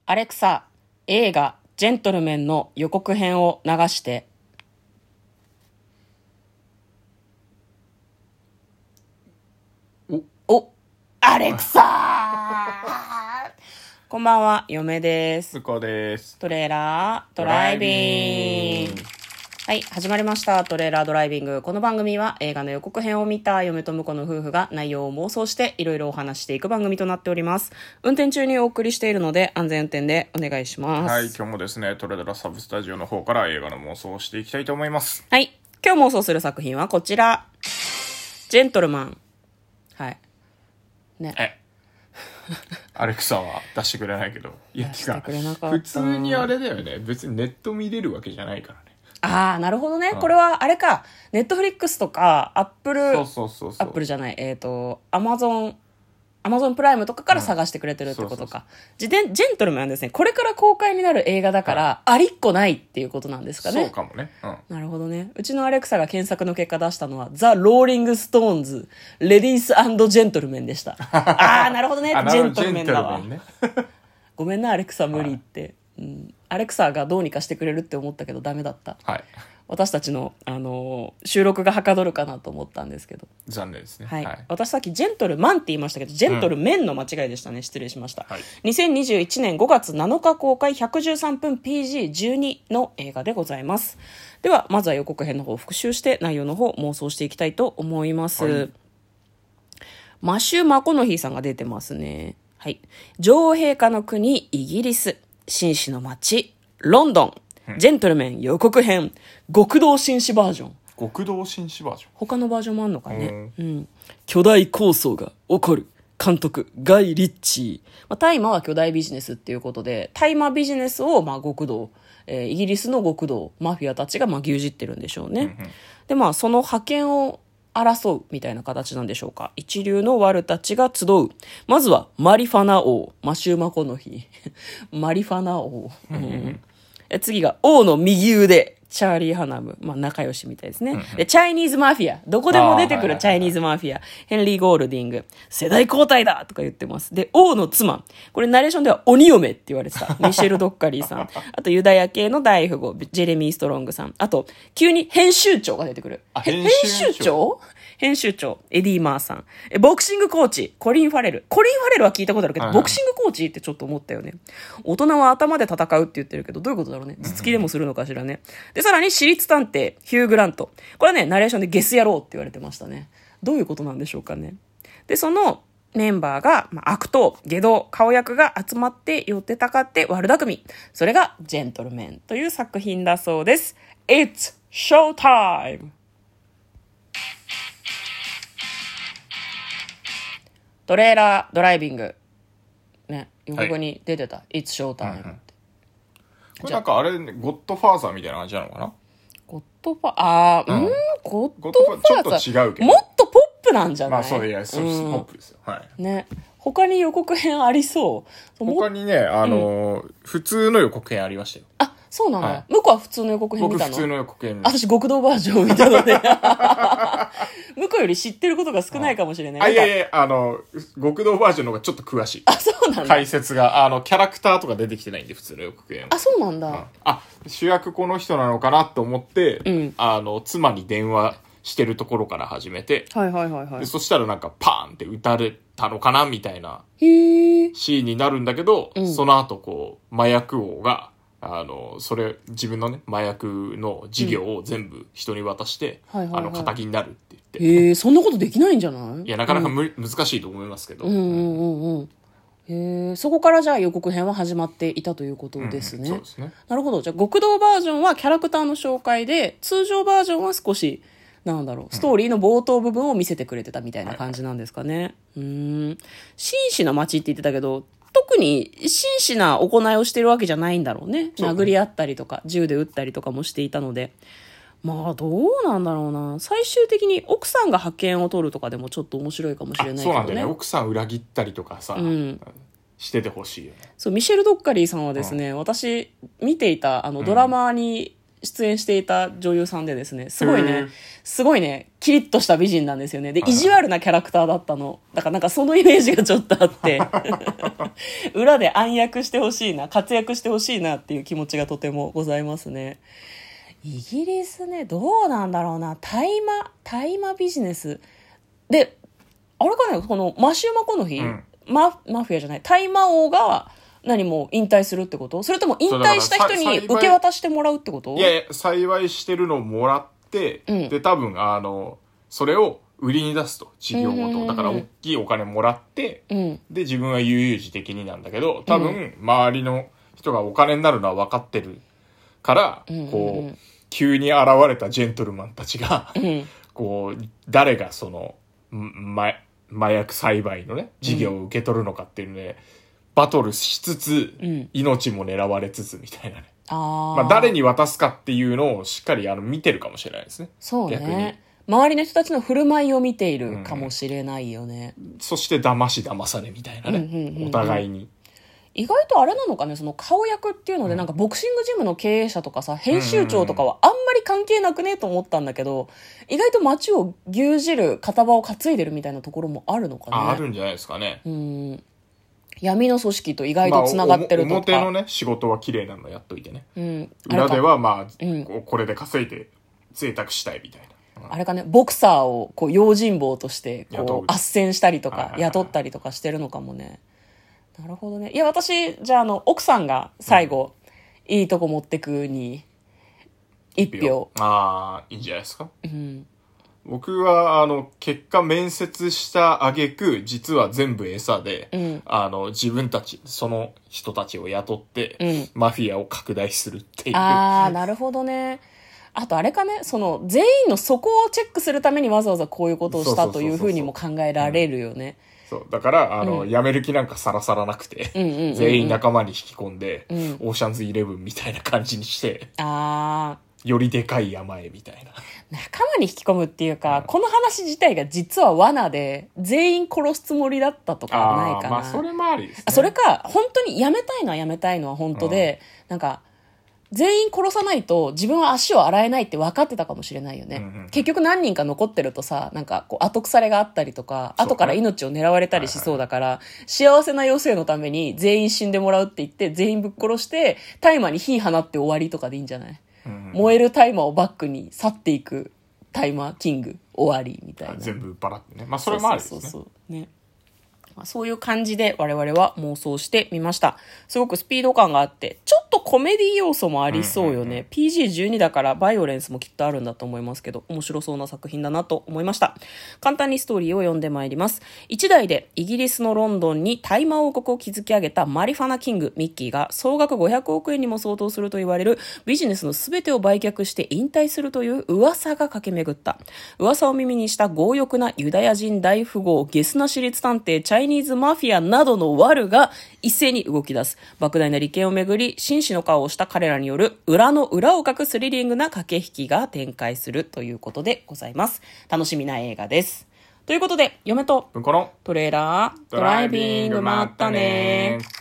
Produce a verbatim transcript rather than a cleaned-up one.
アレクサ、映画ジェントルメンの予告編を流して。 おお、アレクサこんばんは、嫁です。 向こうです。 トレーラードライビング。はい、始まりました。トレーラードライビング。この番組は映画の予告編を見た嫁と婿の夫婦が内容を妄想していろいろお話していく番組となっております。運転中にお送りしているので安全運転でお願いします。 はい、今日もですね、トレドラサブスタジオの方から映画の妄想をしていきたいと思います。 はい、今日妄想する作品はこちら。ジェントルマン。はい。ね。 えアレクサは出してくれないけど。いや、 出してくれなかった普通にあれだよね。別にネット見れるわけじゃないからね。 ああ、なるほどね、 うん、 これはあれか、ネットフリックスとかアップル、 そうそうそうそう、 アップルじゃない、えっ、ー、とアマゾンアマゾンプライムとかから探してくれてるってことか。ジェントルマンはですね、これから公開になる映画だから、はい、ありっこないっていうことなんですかね。 そうかもね、うん、 なるほどね。うちのアレクサが検索の結果出したのはザ・ローリング・ストーンズレディース&ジェントルメンでした。ああ、なるほどね。ジェントルメンだわ、ね、ごめんなアレクサ無理って、はいうん、アレクサがどうにかしてくれるって思ったけどダメだった、 はい、 私たちの、あのー、収録がはかどるかなと思ったんですけど残念ですね、 はいはい、 私さっきジェントルマンって言いましたけどジェントルメンの間違いでしたね、うん、失礼しました、 はい、 にせんにじゅういちねんごがつなのか公開ひゃくじゅうさんぷん ピージーじゅうに の映画でございます。ではまずは予告編の方を復習して内容の方妄想していきたいと思います、はい、マシュー・マコノヒーさんが出てますね。はい、女王陛下の国イギリス、紳士の街ロンドン、ジェントルメン予告編極道紳士バージョン。 極道紳士バージョン、 他のバージョンもあんのかね、うん、巨大構想が起こる監督ガイ・リッチー、まあ、大麻は巨大ビジネスっていうことで大麻ビジネスをまあ極道、えー、イギリスの極道マフィアたちがまあ牛耳ってるんでしょうね、うんうん、でまあその覇権を争うみたいな形なんでしょうか。一流のワルたちが集う。まずはマリファナ王マシュー・マコノヒマリファナ王、うんえ次が王の右腕チャーリー・ハナム、まあ、仲良しみたいですね、うんうん、でチャイニーズマフィア、どこでも出てくるチャイニーズマフィア、ヘンリー・ゴールディング、世代交代だとか言ってます。で王の妻、これナレーションでは鬼嫁って言われてたミシェル・ドッカリーさんあとユダヤ系の大富豪ジェレミー・ストロングさん、あと急に編集長が出てくる。編集長編集長エディ・マーさん、えボクシングコーチコリン・ファレル、コリン・ファレルは聞いたことあるけど、はいはい、ボクシングコーチってちょっと思ったよね。大人は頭で戦うって言ってるけどどういうことだろうね。頭突きでもするのかしらね。でさらに私立探偵ヒュー・グラント、これはねナレーションでゲス野郎って言われてましたね。どういうことなんでしょうかね。でそのメンバーが、まあ、悪党下道顔役が集まって寄ってたかって悪巧み、それがジェントルメンという作品だそうです。 It's showtime。トレーラードライビングね、予告に出てた、はい、It's showtime、うんうん、これなんかあれ、ね、ゴッドファーザーみたいな感じなのかな。 ゴッドファーあー、うん、うんゴッドファーザーちょっと違うけどもっとポップなんじゃない。 まあそういやそうです、うん、ポップですよ、はいね。他に予告編ありそう。 他にねあのーうん、普通の予告編ありましたよ。 あ、そうなの、はい、向こうは普通の予告編見たの。 僕普通の予告編。 私極道バージョン見たので向こうより知ってることが少ないかもしれない。 あ、いやいや、あの極道バージョンの方がちょっと詳しい。 あ、そうなんだ。 解説があのキャラクターとか出てきてないんで普通の予告編。 あ、そうなんだ、うん、 あ、主役この人なのかなと思って、うん、あの妻に電話してるところから始めて、 はいはいはいはい、 でそしたらなんかパーンって撃たれたのかなみたいなシーンになるんだけど、うん、その後こう麻薬王があのそれ自分のね麻薬の事業を全部人に渡して、うん、あの仇になるって言って、 へえ、そんなことできないんじゃない。 いやなかなかむ、うん、難しいと思いますけど、 うんうんうんうん、へえ、そこからじゃあ予告編は始まっていたということですね、うん、そうですね。なるほど。じゃあ極道バージョンはキャラクターの紹介で、通常バージョンは少しなんだろう、ストーリーの冒頭部分を見せてくれてたみたいな感じなんですかね、うん、うーん、紳士の街って言ってたけど特に真摯な行いをしてるわけじゃないんだろうね。殴り合ったりとか銃で撃ったりとかもしていたので、まあどうなんだろうな。最終的に奥さんが覇権を取るとかでもちょっと面白いかもしれないけどね。 そうなんだよね。奥さん裏切ったりとかさ、うん、しててほしいよね。 そう、ミシェル・ドッカリーさんはですね、うん、私見ていたあのドラマに出演していた女優さんでですね、すごいねへー、 すごいね、キリッとした美人なんですよね。で、 はい意地悪なキャラクターだったの。だからなんかそのイメージがちょっとあって、裏で暗躍してほしいな、活躍してほしいなっていう気持ちがとてもございますね。イギリスね、どうなんだろうな、大麻、大麻ビジネス。で、あれかね、このマシュー・マコノヒー、 うんママフィアじゃない、大麻王が何も引退するってこと？それとも引退した人に受け渡してもらうってこと？ いやいや、幸いしてるのをもらって、 うん、 で、多分、あの、それを売りに出すと、事業ごと。だから、大きいお金もらって、 うん、 で、自分は悠々自適になんだけど、多分、周りの人がお金になるのは分かってるから、 うん、 こう、急に現れたジェントルマンたちが、 うん、 こう、誰がその、ま、麻薬栽培のね、事業を受け取るのかっていうので、バトルしつつ、 うん、 命も狙われつつみたいなね。 あまあ、誰に渡すかっていうのをしっかりあの見てるかもしれないですね。 そう逆に。 ね。周りの人たちの振る舞いを見ているかもしれないよね。 そして騙し騙されみたいなね。 うんうんうんうんお互いに。 意外とあれなのかね、その顔役っていうので、なんかボクシングジムの経営者とかさ、編集長とかはあんまり関係なくねと思ったんだけど、意外と街を牛耳る片場を担いでるみたいなところもあるのかね。 あ、あるんじゃないですかね。 うん。闇の組織と意外とつながってるとか。 まあ、表のね、仕事は綺麗なのやっといてね。 うん、 裏ではまあ、 うんここれで稼いで贅沢したいみたいな。 あれかね、ボクサーをこう用心棒として雇うこう斡旋したりとかはいはいはい雇ったりとかしてるのかもね。なるほどね。いや、私、じゃあ、あの、奥さんが最後、うん、いいとこ持ってくに、一票。 ああ、いいんじゃないですか。 うん、 僕は、あの、結果面接した挙句、実は全部餌で、 うん、 あの、自分たち、その人たちを雇って、 うん、 マフィアを拡大するっていう。 ああ、なるほどね。あとあれかね、その、全員の底をチェックするためにわざわざこういうことをしたというふうにも考えられるよね。 そう。だから、あの、 うん、 辞める気なんかさらさらなくて、 うんうんうんうん、 全員仲間に引き込んで、 うん、 オーシャンズイレブンみたいな感じにして、 ああ。 よりでかい山へみたいな。 仲間に引き込むっていうか、うん、この話自体が実は罠で、全員殺すつもりだったとかないかな。 あまあ、それもありですね。 それか、本当にやめたいのはやめたいのは本当で、うん、なんか、全員殺さないと自分は足を洗えないって分かってたかもしれないよね。うんうん、結局何人か残ってるとさ、なんかこう後腐れがあったりとか、後から命を狙われたりしそうだから、はいはい、幸せな余生のために全員死んでもらうって言って全員ぶっ殺して大麻に火放って終わりとかでいいんじゃない、うんうん、燃える大麻をバックに去っていく大麻キング終わりみたいな。 全部売っ払ってね。まあそれもあるですね。 そうそうそうね。そういう感じで我々は妄想してみました。すごくスピード感があって、ちょっとコメディ要素もありそうよね。うんうんうん、ピージーじゅうに だからバイオレンスもきっとあるんだと思いますけど、面白そうな作品だなと思いました。簡単にストーリーを読んでまいります。一代でイギリスのロンドンに大麻王国を築き上げたマリファナキングミッキーが総額ごひゃくおくえんにも相当すると言われるビジネスの全てを売却して引退するという噂が駆け巡った。噂を耳にした強欲なユダヤ人大富豪、ゲスな私立探偵、チャイニーズマフィアなどのワルが一斉に動き出す。莫大な利権をめぐり紳士の顔をした彼らによる裏の裏をかくスリリングな駆け引きが展開するということでございます。楽しみな映画です。ということで、嫁とうんこのトレーラードライビング、まったねー。